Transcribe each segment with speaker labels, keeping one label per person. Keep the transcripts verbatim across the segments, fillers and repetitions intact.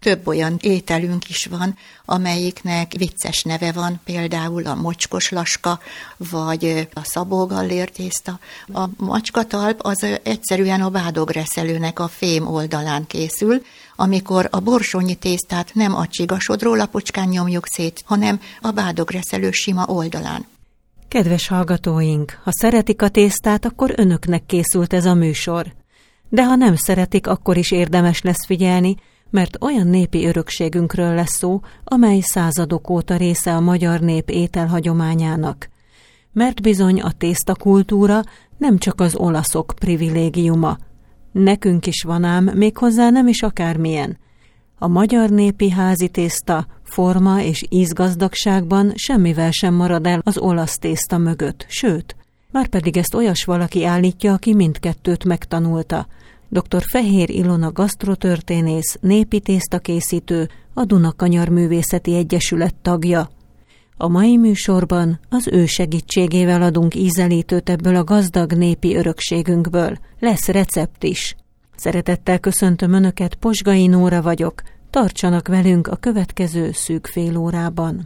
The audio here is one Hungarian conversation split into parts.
Speaker 1: Több olyan ételünk is van, amelyiknek vicces neve van, például a mocskos laska, vagy a szabógallér tészta. A macskatalp az egyszerűen a vádogreszelőnek a fém oldalán készül, amikor a borsonyi tésztát nem a csigasodró lapocskán nyomjuk szét, hanem a vádogreszelő sima oldalán.
Speaker 2: Kedves hallgatóink, ha szeretik a tésztát, akkor önöknek készült ez a műsor. De ha nem szeretik, akkor is érdemes lesz figyelni, mert olyan népi örökségünkről lesz szó, amely századok óta része a magyar nép ételhagyományának. Mert bizony a tésztakultúra nem csak az olaszok privilégiuma. Nekünk is van ám, méghozzá nem is akármilyen. A magyar népi házi tészta forma és ízgazdagságban semmivel sem marad el az olasz tészta mögött, sőt, márpedig ezt olyas valaki állítja, aki mindkettőt megtanulta. dr. Fehér Ilona gasztrotörténész, népi tésztakészítő, a Dunakanyar Művészeti Egyesület tagja. A mai műsorban az ő segítségével adunk ízelítőt ebből a gazdag népi örökségünkből. Lesz recept is. Szeretettel köszöntöm Önöket, Posgai Nóra vagyok. Tartsanak velünk a következő szűk fél órában.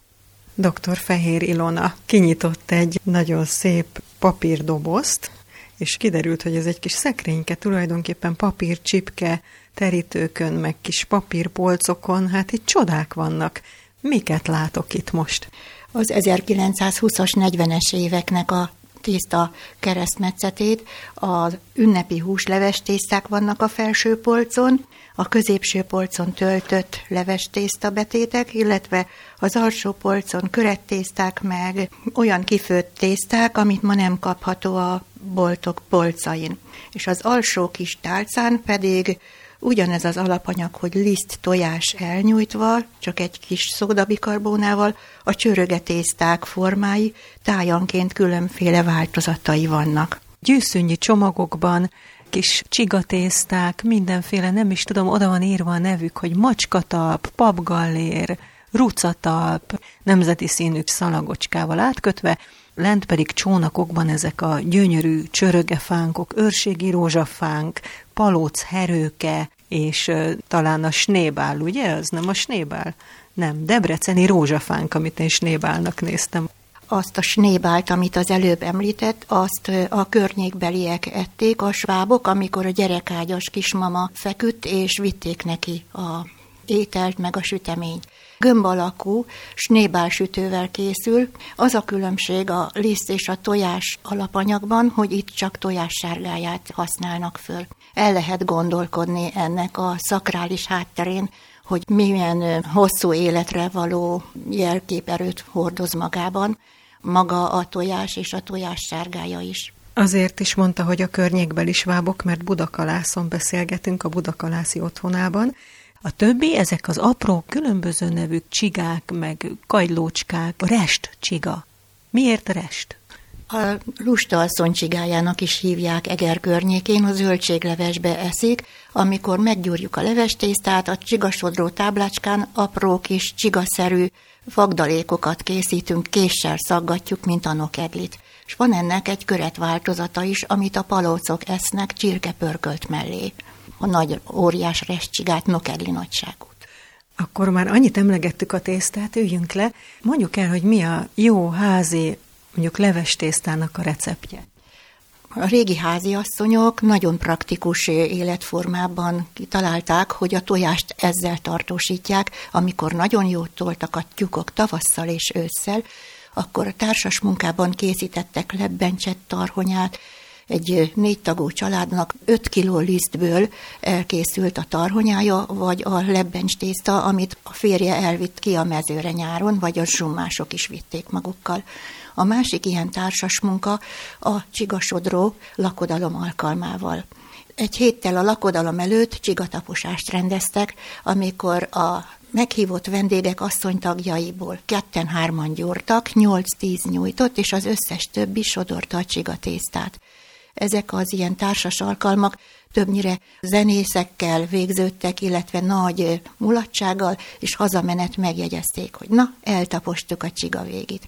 Speaker 3: dr. Fehér Ilona kinyitott egy nagyon szép papírdobozt, és kiderült, hogy ez egy kis szekrényke, tulajdonképpen papírcsipke terítőkön, meg kis papírpolcokon, hát itt csodák vannak. Miket látok itt most?
Speaker 1: Az ezerkilencszázhúszas, negyvenes éveknek a tészta keresztmetszetét, az ünnepi húsleves tészták vannak a felső polcon, a középső polcon töltött leves tésztabetétek, illetve az alsó polcon körettészták, meg olyan kifőtt tészták, amit ma nem kapható a boltok polcain. És az alsó kis tálcán pedig ugyanez az alapanyag, hogy liszt tojás elnyújtva, csak egy kis szódabikarbónával, a csörögetészták formái tájanként különféle változatai vannak.
Speaker 3: Gyűszűnyi csomagokban kis csigatészták, mindenféle, nem is tudom, oda van írva a nevük, hogy macskatalp, papgallér, rucatalp, nemzeti színű szalagocskával átkötve, lent pedig csónakokban ezek a gyönyörű csörögefánkok, őrségi rózsafánk, palóc herőke, és uh, talán a snébál, ugye? Az nem a snébál? Nem, debreceni rózsafánk, amit én snébálnak néztem.
Speaker 1: Azt a snébált, amit az előbb említett, azt a környékbeliek ették, a svábok, amikor a gyerekágyas kismama feküdt, és vitték neki a ételt, meg a süteményt. Gömb alakú snébálsütővel készül. Az a különbség a liszt és a tojás alapanyagban, hogy itt csak tojássárgáját használnak föl. El lehet gondolkodni ennek a szakrális hátterén, hogy milyen hosszú életre való jelképerőt hordoz magában, maga a tojás és a tojás sárgája is.
Speaker 3: Azért is mondta, hogy a környékbeli svábok, mert Budakalászon beszélgetünk, a budakalászi otthonában. A többi, ezek az apró, különböző nevű csigák, meg kagylócskák, rest csiga. Miért rest?
Speaker 1: A lustasszony csigájának is hívják Eger környékén, a zöldséglevesbe eszik, amikor meggyúrjuk a levestésztát, a csigasodró táblácskán apró kis csigaszerű vagdalékokat készítünk, késsel szaggatjuk, mint a nokedlit. És van ennek egy köret változata is, amit a palócok esznek csirkepörkölt mellé. A nagy óriás restcsigát, nokedli nagyságút.
Speaker 3: Akkor már annyit emlegettük a tésztát, üljünk le. Mondjuk el, hogy mi a jó házi, mondjuk leves tésztának a receptje.
Speaker 1: A régi háziasszonyok nagyon praktikus életformában kitalálták, hogy a tojást ezzel tartósítják, amikor nagyon jót toltak a tyúkok tavasszal és ősszel, akkor a társas munkában készítettek lebbencsett tarhonyát. Egy négy tagú családnak öt kiló lisztből elkészült a tarhonyája, vagy a lebbencs tészta, amit a férje elvitt ki a mezőre nyáron, vagy a zsummások is vitték magukkal. A másik ilyen társas munka a csigasodró lakodalom alkalmával. Egy héttel a lakodalom előtt csigataposást rendeztek, amikor a meghívott vendégek asszonytagjaiból ketten-hárman gyúrtak, nyolc-tíz nyújtott, és az összes többi sodorta a csigatésztát. Ezek az ilyen társas alkalmak többnyire zenészekkel végződtek, illetve nagy mulatsággal, és hazamenet megjegyezték, hogy na, eltapostuk a csiga végét.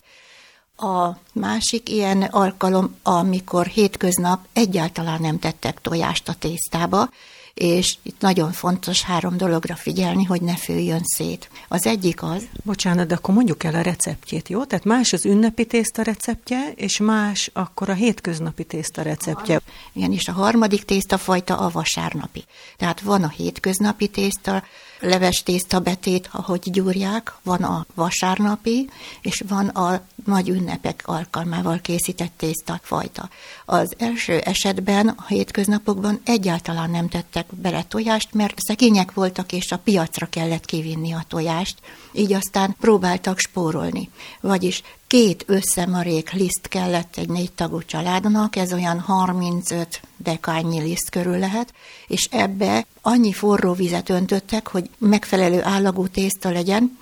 Speaker 1: A másik ilyen alkalom, amikor hétköznap egyáltalán nem tettek tojást a tésztába, és itt nagyon fontos három dologra figyelni, hogy ne főjön szét. Az egyik az...
Speaker 3: Bocsánat, de akkor mondjuk el a receptjét, jó? Tehát más az ünnepi tészta receptje, és más akkor a hétköznapi tészta receptje.
Speaker 1: Igen, és a harmadik tésztafajta a vasárnapi. Tehát van a hétköznapi tészta, leves tészta betét, ahogy gyúrják, van a vasárnapi, és van a nagy ünnepek alkalmával készített tésztafajta. Az első esetben a hétköznapokban egyáltalán nem tettek bele tojást, mert szegények voltak, és a piacra kellett kivinni a tojást, így aztán próbáltak spórolni. Vagyis két összemarék liszt kellett egy négy tagú családnak, ez olyan harmincöt dekányi liszt körül lehet, és ebbe annyi forró vizet öntöttek, hogy megfelelő állagú tészta legyen,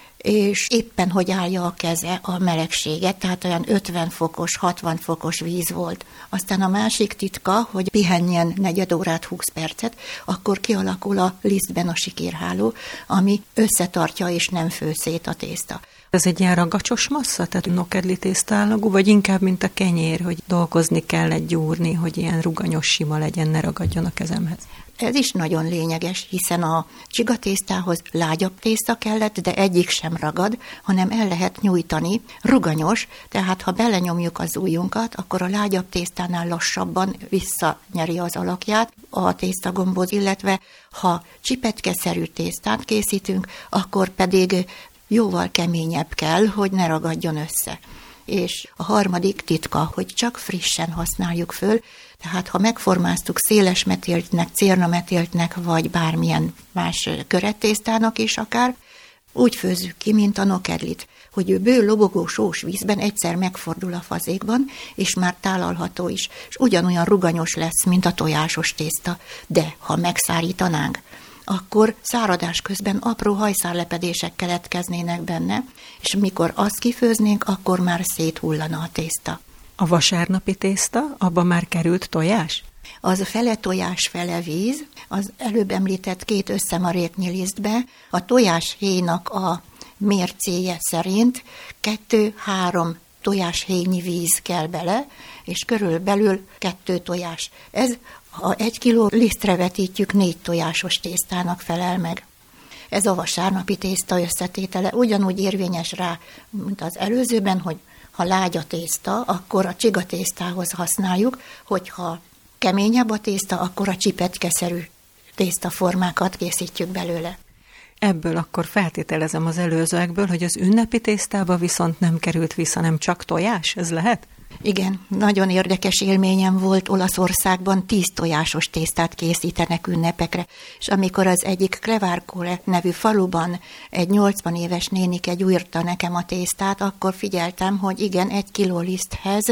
Speaker 1: és éppen hogy állja a keze a melegséget, tehát olyan ötven fokos, hatvan fokos víz volt. Aztán a másik titka, hogy pihenjen negyed órát, húsz percet, akkor kialakul a lisztben a sikérháló, ami összetartja és nem fő szét a tészta.
Speaker 3: Ez egy ilyen ragacsos massza, tehát nokedli tésztállagú, vagy inkább mint a kenyér, hogy dolgozni kell egy gyúrni, hogy ilyen ruganyos sima legyen, ne ragadjon a kezemhez?
Speaker 1: Ez is nagyon lényeges, hiszen a csigatésztához lágyabb tészta kellett, de egyik sem ragad, hanem el lehet nyújtani, ruganyos, tehát ha belenyomjuk az ujjunkat, akkor a lágyabb tésztánál lassabban visszanyeri az alakját a tésztagomboz, illetve ha csipetkeszerű tésztát készítünk, akkor pedig jóval keményebb kell, hogy ne ragadjon össze. És a harmadik titka, hogy csak frissen használjuk föl, tehát ha megformáztuk széles metéltnek, cérnametéltnek, vagy bármilyen más körettésztának is akár, úgy főzzük ki, mint a nokedlit, hogy ő bő lobogó sós vízben egyszer megfordul a fazékban, és már tálalható is, és ugyanolyan ruganyos lesz, mint a tojásos tészta. De ha megszárítanánk, akkor száradás közben apró hajszárlepedések keletkeznének benne, és mikor azt kifőznénk, akkor már széthullana a tészta.
Speaker 3: A vasárnapi tészta, abban már került tojás?
Speaker 1: Az fele tojás, fele víz, az előbb említett két összemaréknyi lisztbe, a tojáshéjnak a mércéje szerint kettő-három tojáshéjnyi víz kell bele, és körülbelül kettő tojás. Ez, ha egy kiló lisztre vetítjük, négy tojásos tésztának felel meg. Ez a vasárnapi tészta összetétele ugyanúgy érvényes rá, mint az előzőben, hogy ha lágy a tészta, akkor a csigatésztához használjuk, hogyha keményebb a tészta, akkor a csipetkeszerű tésztaformákat készítjük belőle.
Speaker 3: Ebből akkor feltételezem az előzőekből, hogy az ünnepi tésztába viszont nem került vissza, nem csak tojás, ez lehet?
Speaker 1: Igen, nagyon érdekes élményem volt Olaszországban, tíz tojásos tésztát készítenek ünnepekre, és amikor az egyik Clevárkole nevű faluban egy nyolcvan éves nénike gyúrta nekem a tésztát, akkor figyeltem, hogy igen, egy kiló liszthez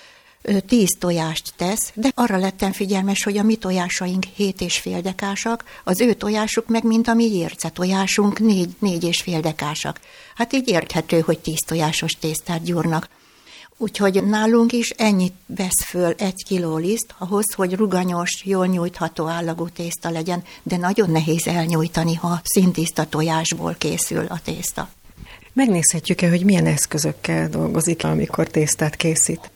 Speaker 1: tíz tojást tesz, de arra lettem figyelmes, hogy a mi tojásaink hét és fél dekásak, az ő tojásuk meg, mint a mi érce tojásunk, négy, négy és fél dekásak. Hát így érthető, hogy tíz tojásos tésztát gyúrnak. Úgyhogy nálunk is ennyit vesz föl egy kiló liszt, ahhoz, hogy ruganyos, jól nyújtható állagú tészta legyen, de nagyon nehéz elnyújtani, ha szintiszta tojásból készül a tészta.
Speaker 3: Megnézhetjük-e, hogy milyen eszközökkel dolgozik, amikor tésztát készít?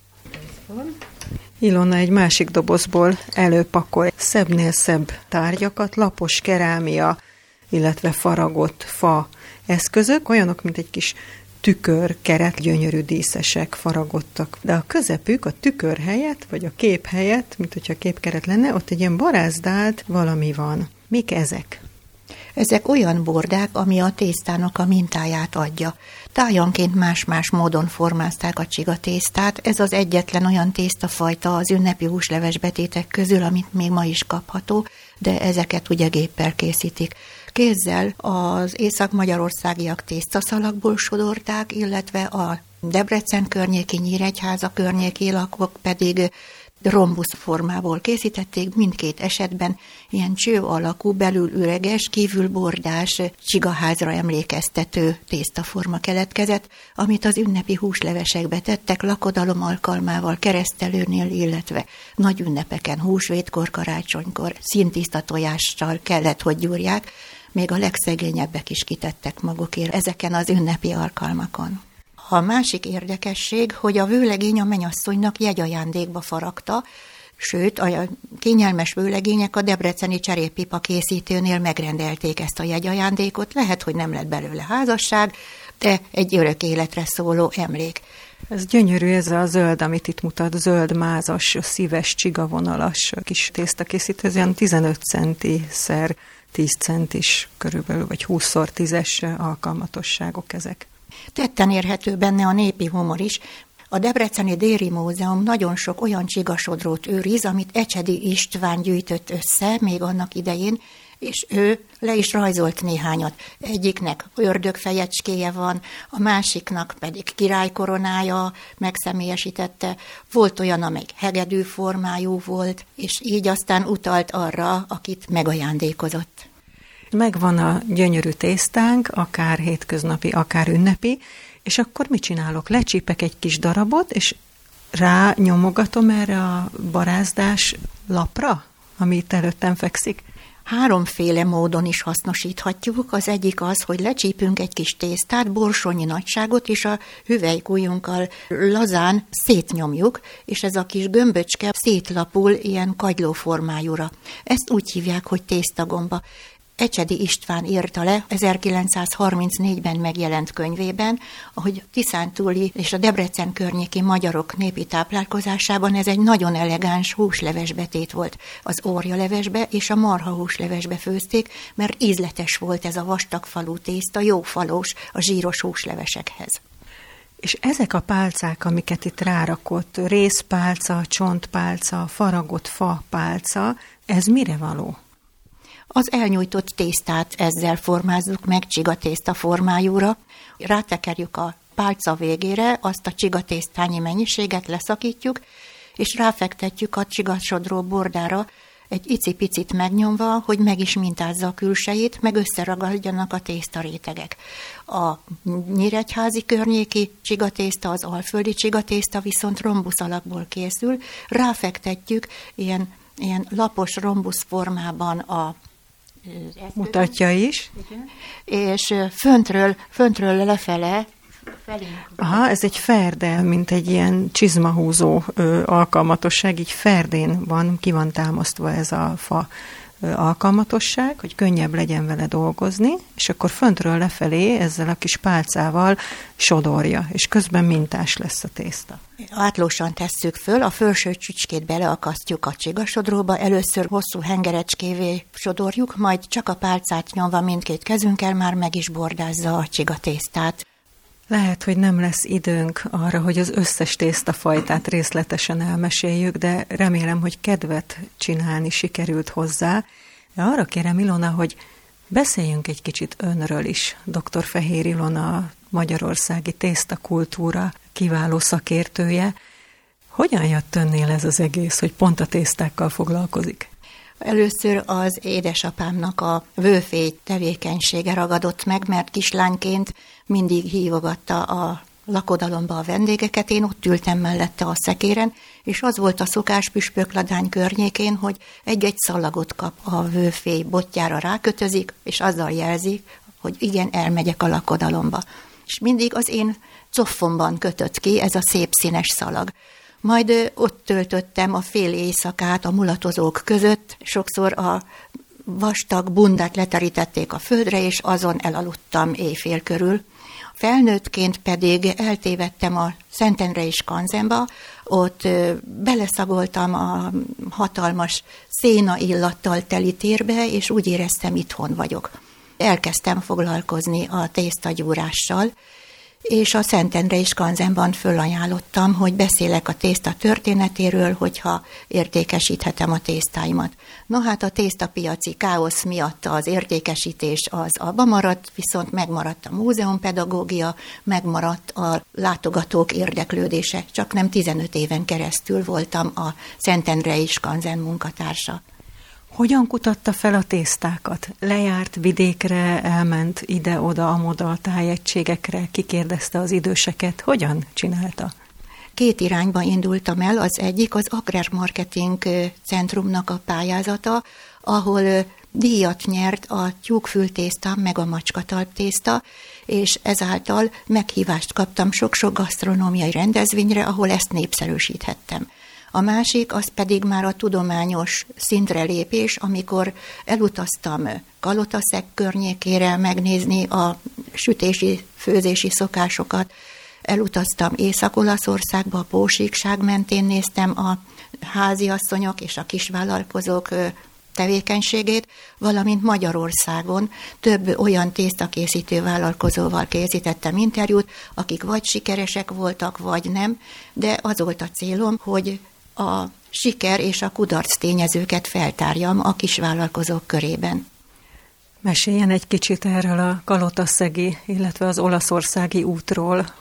Speaker 3: Ilona egy másik dobozból előpakol szebbnél szebb tárgyakat, lapos kerámia, illetve faragott fa eszközök, olyanok, mint egy kis tükör, keret, gyönyörű díszesek, faragottak. De a közepük, a tükör helyett, vagy a kép helyett, mint hogyha a képkeret lenne, ott egy ilyen barázdált valami van. Mik ezek?
Speaker 1: Ezek olyan bordák, ami a tésztának a mintáját adja. Tájanként más-más módon formázták a csigatésztát. Ez az egyetlen olyan tésztafajta az ünnepi húsleves betétek közül, amit még ma is kapható, de ezeket ugye géppel készítik. Kézzel az észak-magyarországiak tésztaszalagból sodorták, illetve a Debrecen környéki, Nyíregyháza környéki lakók pedig rombusz formából készítették, mindkét esetben ilyen cső alakú, belül üreges, kívül bordás, csigaházra emlékeztető tésztaforma keletkezett, amit az ünnepi húslevesekbe tettek lakodalom alkalmával, keresztelőnél, illetve nagy ünnepeken, húsvétkor, karácsonykor szintiszta tojással kellett, hogy gyúrják, még a legszegényebbek is kitettek magukért ezeken az ünnepi alkalmakon. A másik érdekesség, hogy a vőlegény a mennyasszonynak jegyajándékba faragta, Sőt, a kényelmes vőlegények a debreceni cseréppipa készítőnél megrendelték ezt a jegyajándékot. Lehet, hogy nem lett belőle házasság, de egy örök életre szóló emlék.
Speaker 3: Ez gyönyörű, ez a zöld, amit itt mutat, zöld mázas, szíves, csigavonalas kis tésztakészítő, ez olyan tizenöt centi szer tíz centis körülbelül, vagy húsz tízes alkalmatosságok ezek.
Speaker 1: Tetten érhető benne a népi humor is. A Debreceni Déri Múzeum nagyon sok olyan csigasodrót őriz, amit Ecsedi István gyűjtött össze még annak idején, és ő le is rajzolt néhányat. Egyiknek ördögfejecskéje van, a másiknak pedig királykoronája megszemélyesítette. Volt olyan, amely hegedű formájú volt, és így aztán utalt arra, akit megajándékozott.
Speaker 3: Megvan a gyönyörű tésztánk, akár hétköznapi, akár ünnepi, és akkor mit csinálok? Lecsípek egy kis darabot, és rá nyomogatom erre a barázdás lapra, ami itt előttem fekszik?
Speaker 1: Háromféle módon is hasznosíthatjuk. Az egyik az, hogy lecsípünk egy kis tésztát, borsonyi nagyságot, és a hüvelykujjunkkal lazán szétnyomjuk, és ez a kis gömböcske szétlapul ilyen kagylóformájúra. Ezt úgy hívják, hogy tésztagomba. Ecsedi István írta le ezerkilencszázharmincnégyben megjelent könyvében, ahogy Tiszántúli és a Debrecen környéki magyarok népi táplálkozásában ez egy nagyon elegáns húslevesbetét volt. Az orrjalevesbe és a marhahúslevesbe főzték, mert ízletes volt ez a vastagfalú tészta, jó falós a zsíros húslevesekhez.
Speaker 3: És ezek a pálcák, amiket itt rárakott, rézpálca, csontpálca, faragott fapálca, ez mire való?
Speaker 1: Az elnyújtott tésztát ezzel formázzuk meg csigatészta formájúra, rátekerjük a pálca végére, azt a csigatésztányi mennyiséget leszakítjuk, és ráfektetjük a csigasodró bordára, egy icipicit megnyomva, hogy meg is mintázza a külsejét, meg összeragadjanak a tésztarétegek. A nyíregyházi környéki csigatészta, az alföldi csigatészta viszont rombusz alakból készül, ráfektetjük ilyen, ilyen lapos rombusz formában a
Speaker 3: mutatja is.
Speaker 1: Igen. És föntről, föntről lefele. Felénk.
Speaker 3: Aha, ez egy ferde, mint egy ilyen csizmahúzó ö, alkalmatosság, így ferdén van, ki van támasztva ez a fa ö, alkalmatosság, hogy könnyebb legyen vele dolgozni, és akkor föntről lefelé ezzel a kis pálcával sodorja, és közben mintás lesz a tészta.
Speaker 1: Átlósan tesszük föl, a felső csücskét beleakasztjuk a csigasodróba, először hosszú hengerecskévé sodorjuk, majd csak a pálcát nyomva mindkét kezünkkel már meg is bordázza a csigatésztát.
Speaker 3: Lehet, hogy nem lesz időnk arra, hogy az összes tésztafajtát részletesen elmeséljük, de remélem, hogy kedvet csinálni sikerült hozzá. De arra kérem, Ilona, hogy beszéljünk egy kicsit önről is. doktor Fehér Ilona, magyarországi tésztakultúra kiváló szakértője. Hogyan jött önnél ez az egész, hogy pont a tésztákkal foglalkozik?
Speaker 1: Először az édesapámnak a vőfély tevékenysége ragadott meg, mert kislányként mindig hívogatta a lakodalomba a vendégeket, én ott ültem mellette a szekéren, és az volt a szokás Püspökladány környékén, hogy egy-egy szalagot kap a vőfély, botjára rákötözik, és azzal jelzi, hogy igen, elmegyek a lakodalomba. És mindig az én coffomban kötött ki ez a szép színes szalag. Majd ott töltöttem a fél éjszakát a mulatozók között, sokszor a vastag bundát leterítették a földre, és azon elaludtam éjfél körül. Felnőttként pedig eltévedtem a Szentendrei Skanzenba, ott beleszagoltam a hatalmas széna illattal teli térbe, és úgy éreztem, itthon vagyok. Elkezdtem foglalkozni a tésztagyúrással, és a Szentendrei Skanzenban fölajánlottam, hogy beszélek a tészta történetéről, hogyha értékesíthetem a tésztáimat. No hát a tésztapiaci káosz miatt az értékesítés az abba maradt, viszont megmaradt a múzeumpedagógia, megmaradt a látogatók érdeklődése. Csak nem tizenöt éven keresztül voltam a Szentendrei Skanzen munkatársa.
Speaker 3: Hogyan kutatta fel a tésztákat? Lejárt vidékre, elment ide-oda, amoda a tájegységekre, kikérdezte az időseket. Hogyan csinálta?
Speaker 1: Két irányba indultam el. Az egyik az Agrármarketing Centrumnak a pályázata, ahol díjat nyert a tyúkfültészta, meg a macskatalptészta, és ezáltal meghívást kaptam sok-sok gasztronómiai rendezvényre, ahol ezt népszerűsíthettem. A másik, az pedig már a tudományos szintre lépés, amikor elutaztam Kalotaszeg környékére megnézni a sütési, főzési szokásokat, elutaztam Észak-Olaszországba, a Pósíkság mentén néztem a háziasszonyok és a kisvállalkozók tevékenységét, valamint Magyarországon több olyan tésztakészítő vállalkozóval készítettem interjút, akik vagy sikeresek voltak, vagy nem, de az volt a célom, hogy a siker és a kudarc tényezőket feltárjam a kisvállalkozók körében.
Speaker 3: Meséljen egy kicsit erről a kalotaszegi, illetve az olaszországi útról.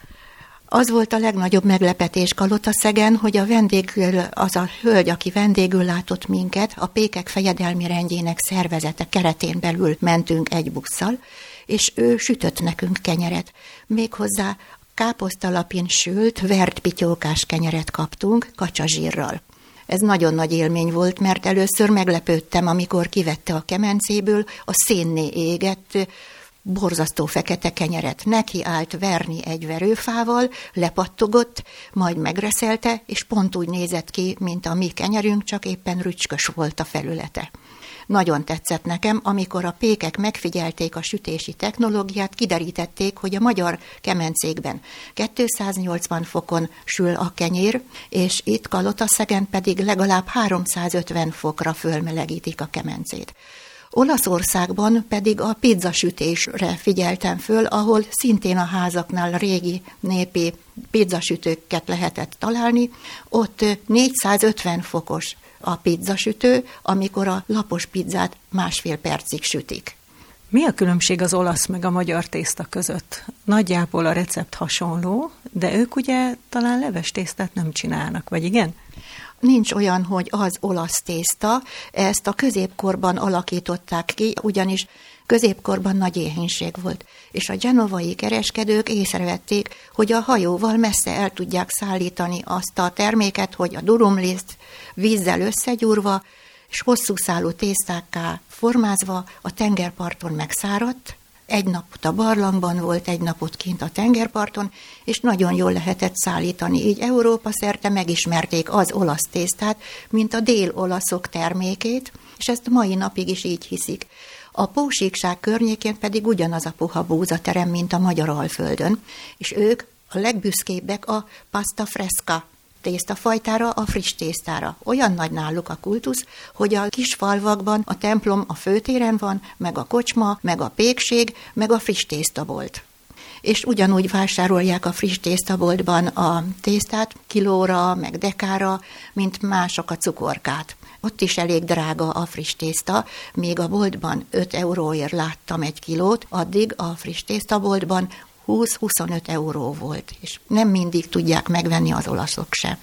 Speaker 1: Az volt a legnagyobb meglepetés Kalotaszegen, hogy a vendég, az a hölgy, aki vendégül látott minket, a Pékek Fejedelmi Rendjének szervezete keretén belül mentünk egy busszal, és ő sütött nekünk kenyeret. Méghozzá káposztalapin sült, vert pityókás kenyeret kaptunk kacsazsírral. Ez nagyon nagy élmény volt, mert először meglepődtem, amikor kivette a kemencéből a szénné égett, borzasztó fekete kenyeret. Neki állt verni egy verőfával, lepattogott, majd megreszelte, és pont úgy nézett ki, mint a mi kenyerünk, csak éppen rücskös volt a felülete. Nagyon tetszett nekem, amikor a pékek megfigyelték a sütési technológiát, kiderítették, hogy a magyar kemencékben kétszáznyolcvan fokon sül a kenyér, és itt Kalotaszegen pedig legalább háromszázötven fokra fölmelegítik a kemencét. Olaszországban pedig a pizzasütésre figyeltem föl, ahol szintén a házaknál régi népi pizzasütőket lehetett találni. Ott négyszázötven fokos a pizzasütő, amikor a lapos pizzát másfél percig sütik.
Speaker 3: Mi a különbség az olasz meg a magyar tészta között? Nagyjából a recept hasonló, de ők ugye talán leves tésztát nem csinálnak, vagy igen?
Speaker 1: Nincs olyan, hogy az olasz tészta, ezt a középkorban alakították ki, ugyanis középkorban nagy éhínség volt, és a genovai kereskedők észrevették, hogy a hajóval messze el tudják szállítani azt a terméket, hogy a durumliszt vízzel összegyúrva, és hosszú szálú tésztákká formázva a tengerparton megszáradt. Egy napot a barlangban volt, egy napot kint a tengerparton, és nagyon jól lehetett szállítani. Így Európa szerte megismerték az olasz tésztát, mint a dél-olaszok termékét, és ezt mai napig is így hiszik. A Pósíkság környékén pedig ugyanaz a puha búzaterem, mint a magyar Alföldön, és ők a legbüszkébbek a pasta fresca tésztafajtára, a friss tésztára. Olyan nagy náluk a kultusz, hogy a kis falvakban a templom a főtéren van, meg a kocsma, meg a pékség, meg a friss tésztabolt. És ugyanúgy vásárolják a friss tésztaboltban a tésztát kilóra, meg dekára, mint mások a cukorkát. Ott is elég drága a friss tészta, még a boltban öt euróért láttam egy kilót, addig a friss tésztaboltban húsz-huszonöt euró volt, és nem mindig tudják megvenni az olaszok se.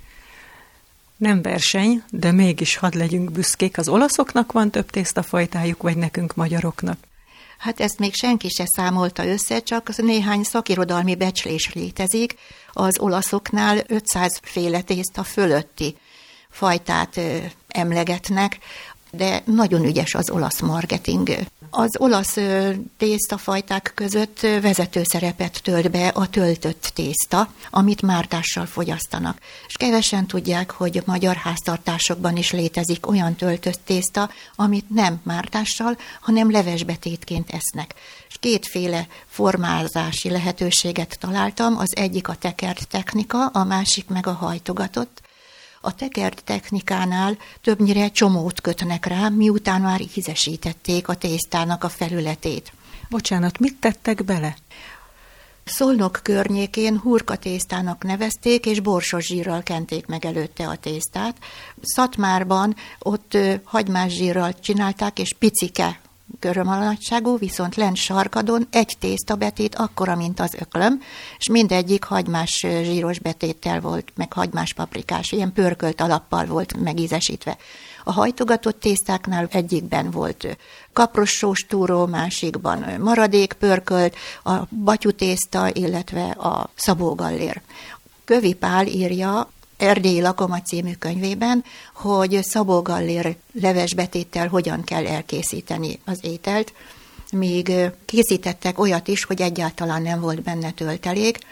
Speaker 3: Nem verseny, de mégis hadd legyünk büszkék, az olaszoknak van több tésztafajtájuk, vagy nekünk magyaroknak?
Speaker 1: Hát ezt még senki se számolta össze, csak néhány szakirodalmi becslés létezik. Az olaszoknál ötszáz féle tészta fölötti fajtát ö, emlegetnek, de nagyon ügyes az olasz marketing. Az olasz tésztafajták között vezető szerepet tölt be a töltött tészta, amit mártással fogyasztanak. És kevesen tudják, hogy magyar háztartásokban is létezik olyan töltött tészta, amit nem mártással, hanem levesbetétként esznek. És kétféle formázási lehetőséget találtam, az egyik a tekert technika, a másik meg a hajtogatott. A tekert technikánál többnyire csomót kötnek rá, miután már ízesítették a tésztának a felületét.
Speaker 3: Bocsánat, mit tettek bele?
Speaker 1: Szolnok környékén hurkatésztának nevezték, és borsos zsírral kenték meg előtte a tésztát. Szatmárban ott hagymás zsírral csinálták, és picike körömalagyságú, viszont lent Sarkadon egy tésztabetét akkora, mint az öklöm, és mindegyik hagymás zsíros betéttel volt, meg hagymás paprikás, ilyen pörkölt alappal volt megízesítve. A hajtogatott tésztáknál egyikben volt kaprossós túró, másikban maradék pörkölt, a batyutészta, illetve a szabógallér. Kövi Pál írja Erdélyi Lakoma című könyvében, hogy szabógallér levesbetéttel hogyan kell elkészíteni az ételt, míg készítettek olyat is, hogy egyáltalán nem volt benne töltelék.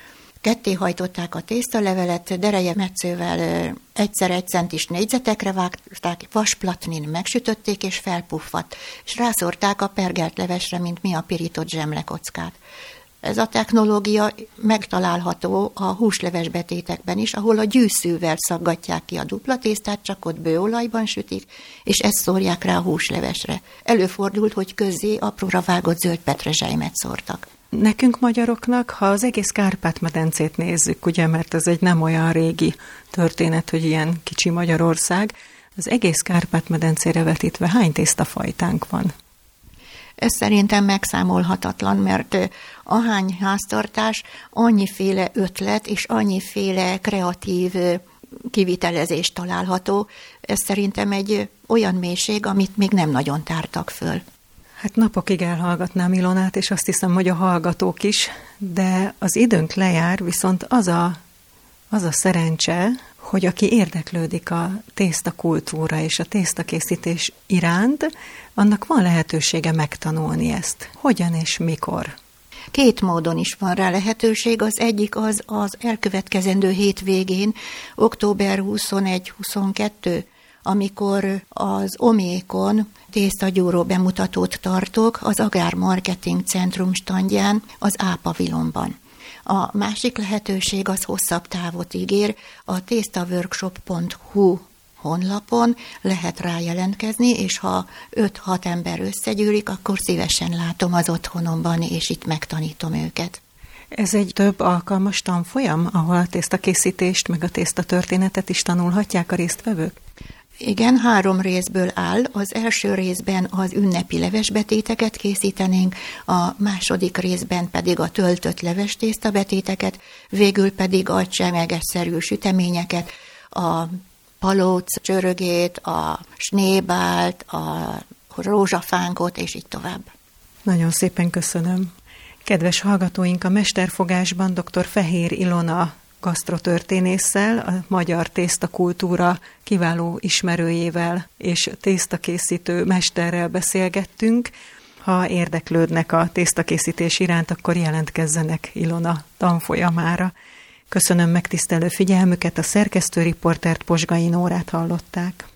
Speaker 1: ketté hajtották a tésztalevelet, dereje metszővel egyszer egy centis négyzetekre vágták, vasplatnin megsütötték, és felpuffadt, és rászórták a pergelt levesre, mint mi a pirított zsemlekockát. Ez a technológia megtalálható a húsleves betétekben is, ahol a gyűszűvel szaggatják ki a dupla tésztát, csak ott bőolajban sütik, és ezt szórják rá a húslevesre. Előfordult, hogy közzé apróra vágott zöld petrezselymet szórtak.
Speaker 3: Nekünk magyaroknak, ha az egész Kárpát-medencét nézzük, ugye, mert ez egy nem olyan régi történet, hogy ilyen kicsi Magyarország, az egész Kárpát-medencére vetítve hány tésztafajtánk van?
Speaker 1: Ez szerintem megszámolhatatlan, mert ahány háztartás, annyiféle ötlet és annyiféle kreatív kivitelezés található. Ez szerintem egy olyan mélység, amit még nem nagyon tártak föl.
Speaker 3: Hát napokig elhallgatnám Ilonát, és azt hiszem, hogy a hallgatók is, de az időnk lejár, viszont az a, az a szerencse, hogy aki érdeklődik a tésztakultúra és a tésztakészítés iránt, annak van lehetősége megtanulni ezt. Hogyan és mikor?
Speaker 1: Két módon is van rá lehetőség. Az egyik az az elkövetkezendő hétvégén, október huszonegy-huszonkettő, amikor az Omékon tésztagyúró bemutatót tartok az Agrár Marketing Centrum standján, az A pavilonban. A másik lehetőség az hosszabb távot ígér, a tésztaworkshop pont hu honlapon lehet rá jelentkezni, és ha öt-hat ember összegyűlik, akkor szívesen látom az otthonomban, és itt megtanítom őket.
Speaker 3: Ez egy több alkalmas tanfolyam, ahol a tésztakészítést, meg a tésztatörténetet is tanulhatják a résztvevők?
Speaker 1: Igen, három részből áll. Az első részben az ünnepi levesbetéteket készítenénk, a második részben pedig a töltött levestésztabetéteket, végül pedig a csemegesszerű süteményeket, a palóc csörögét, a snébált, a rózsafánkot, és így tovább.
Speaker 3: Nagyon szépen köszönöm. Kedves hallgatóink, a mesterfogásban dr. Fehér Ilona gasztrotörténésszel, a magyar tésztakultúra kiváló ismerőjével és tésztakészítő mesterrel beszélgettünk. Ha érdeklődnek a tésztakészítés iránt, akkor jelentkezzenek Ilona tanfolyamára. Köszönöm megtisztelő figyelmüket, a szerkesztő riportert, Posgai Nórát hallották.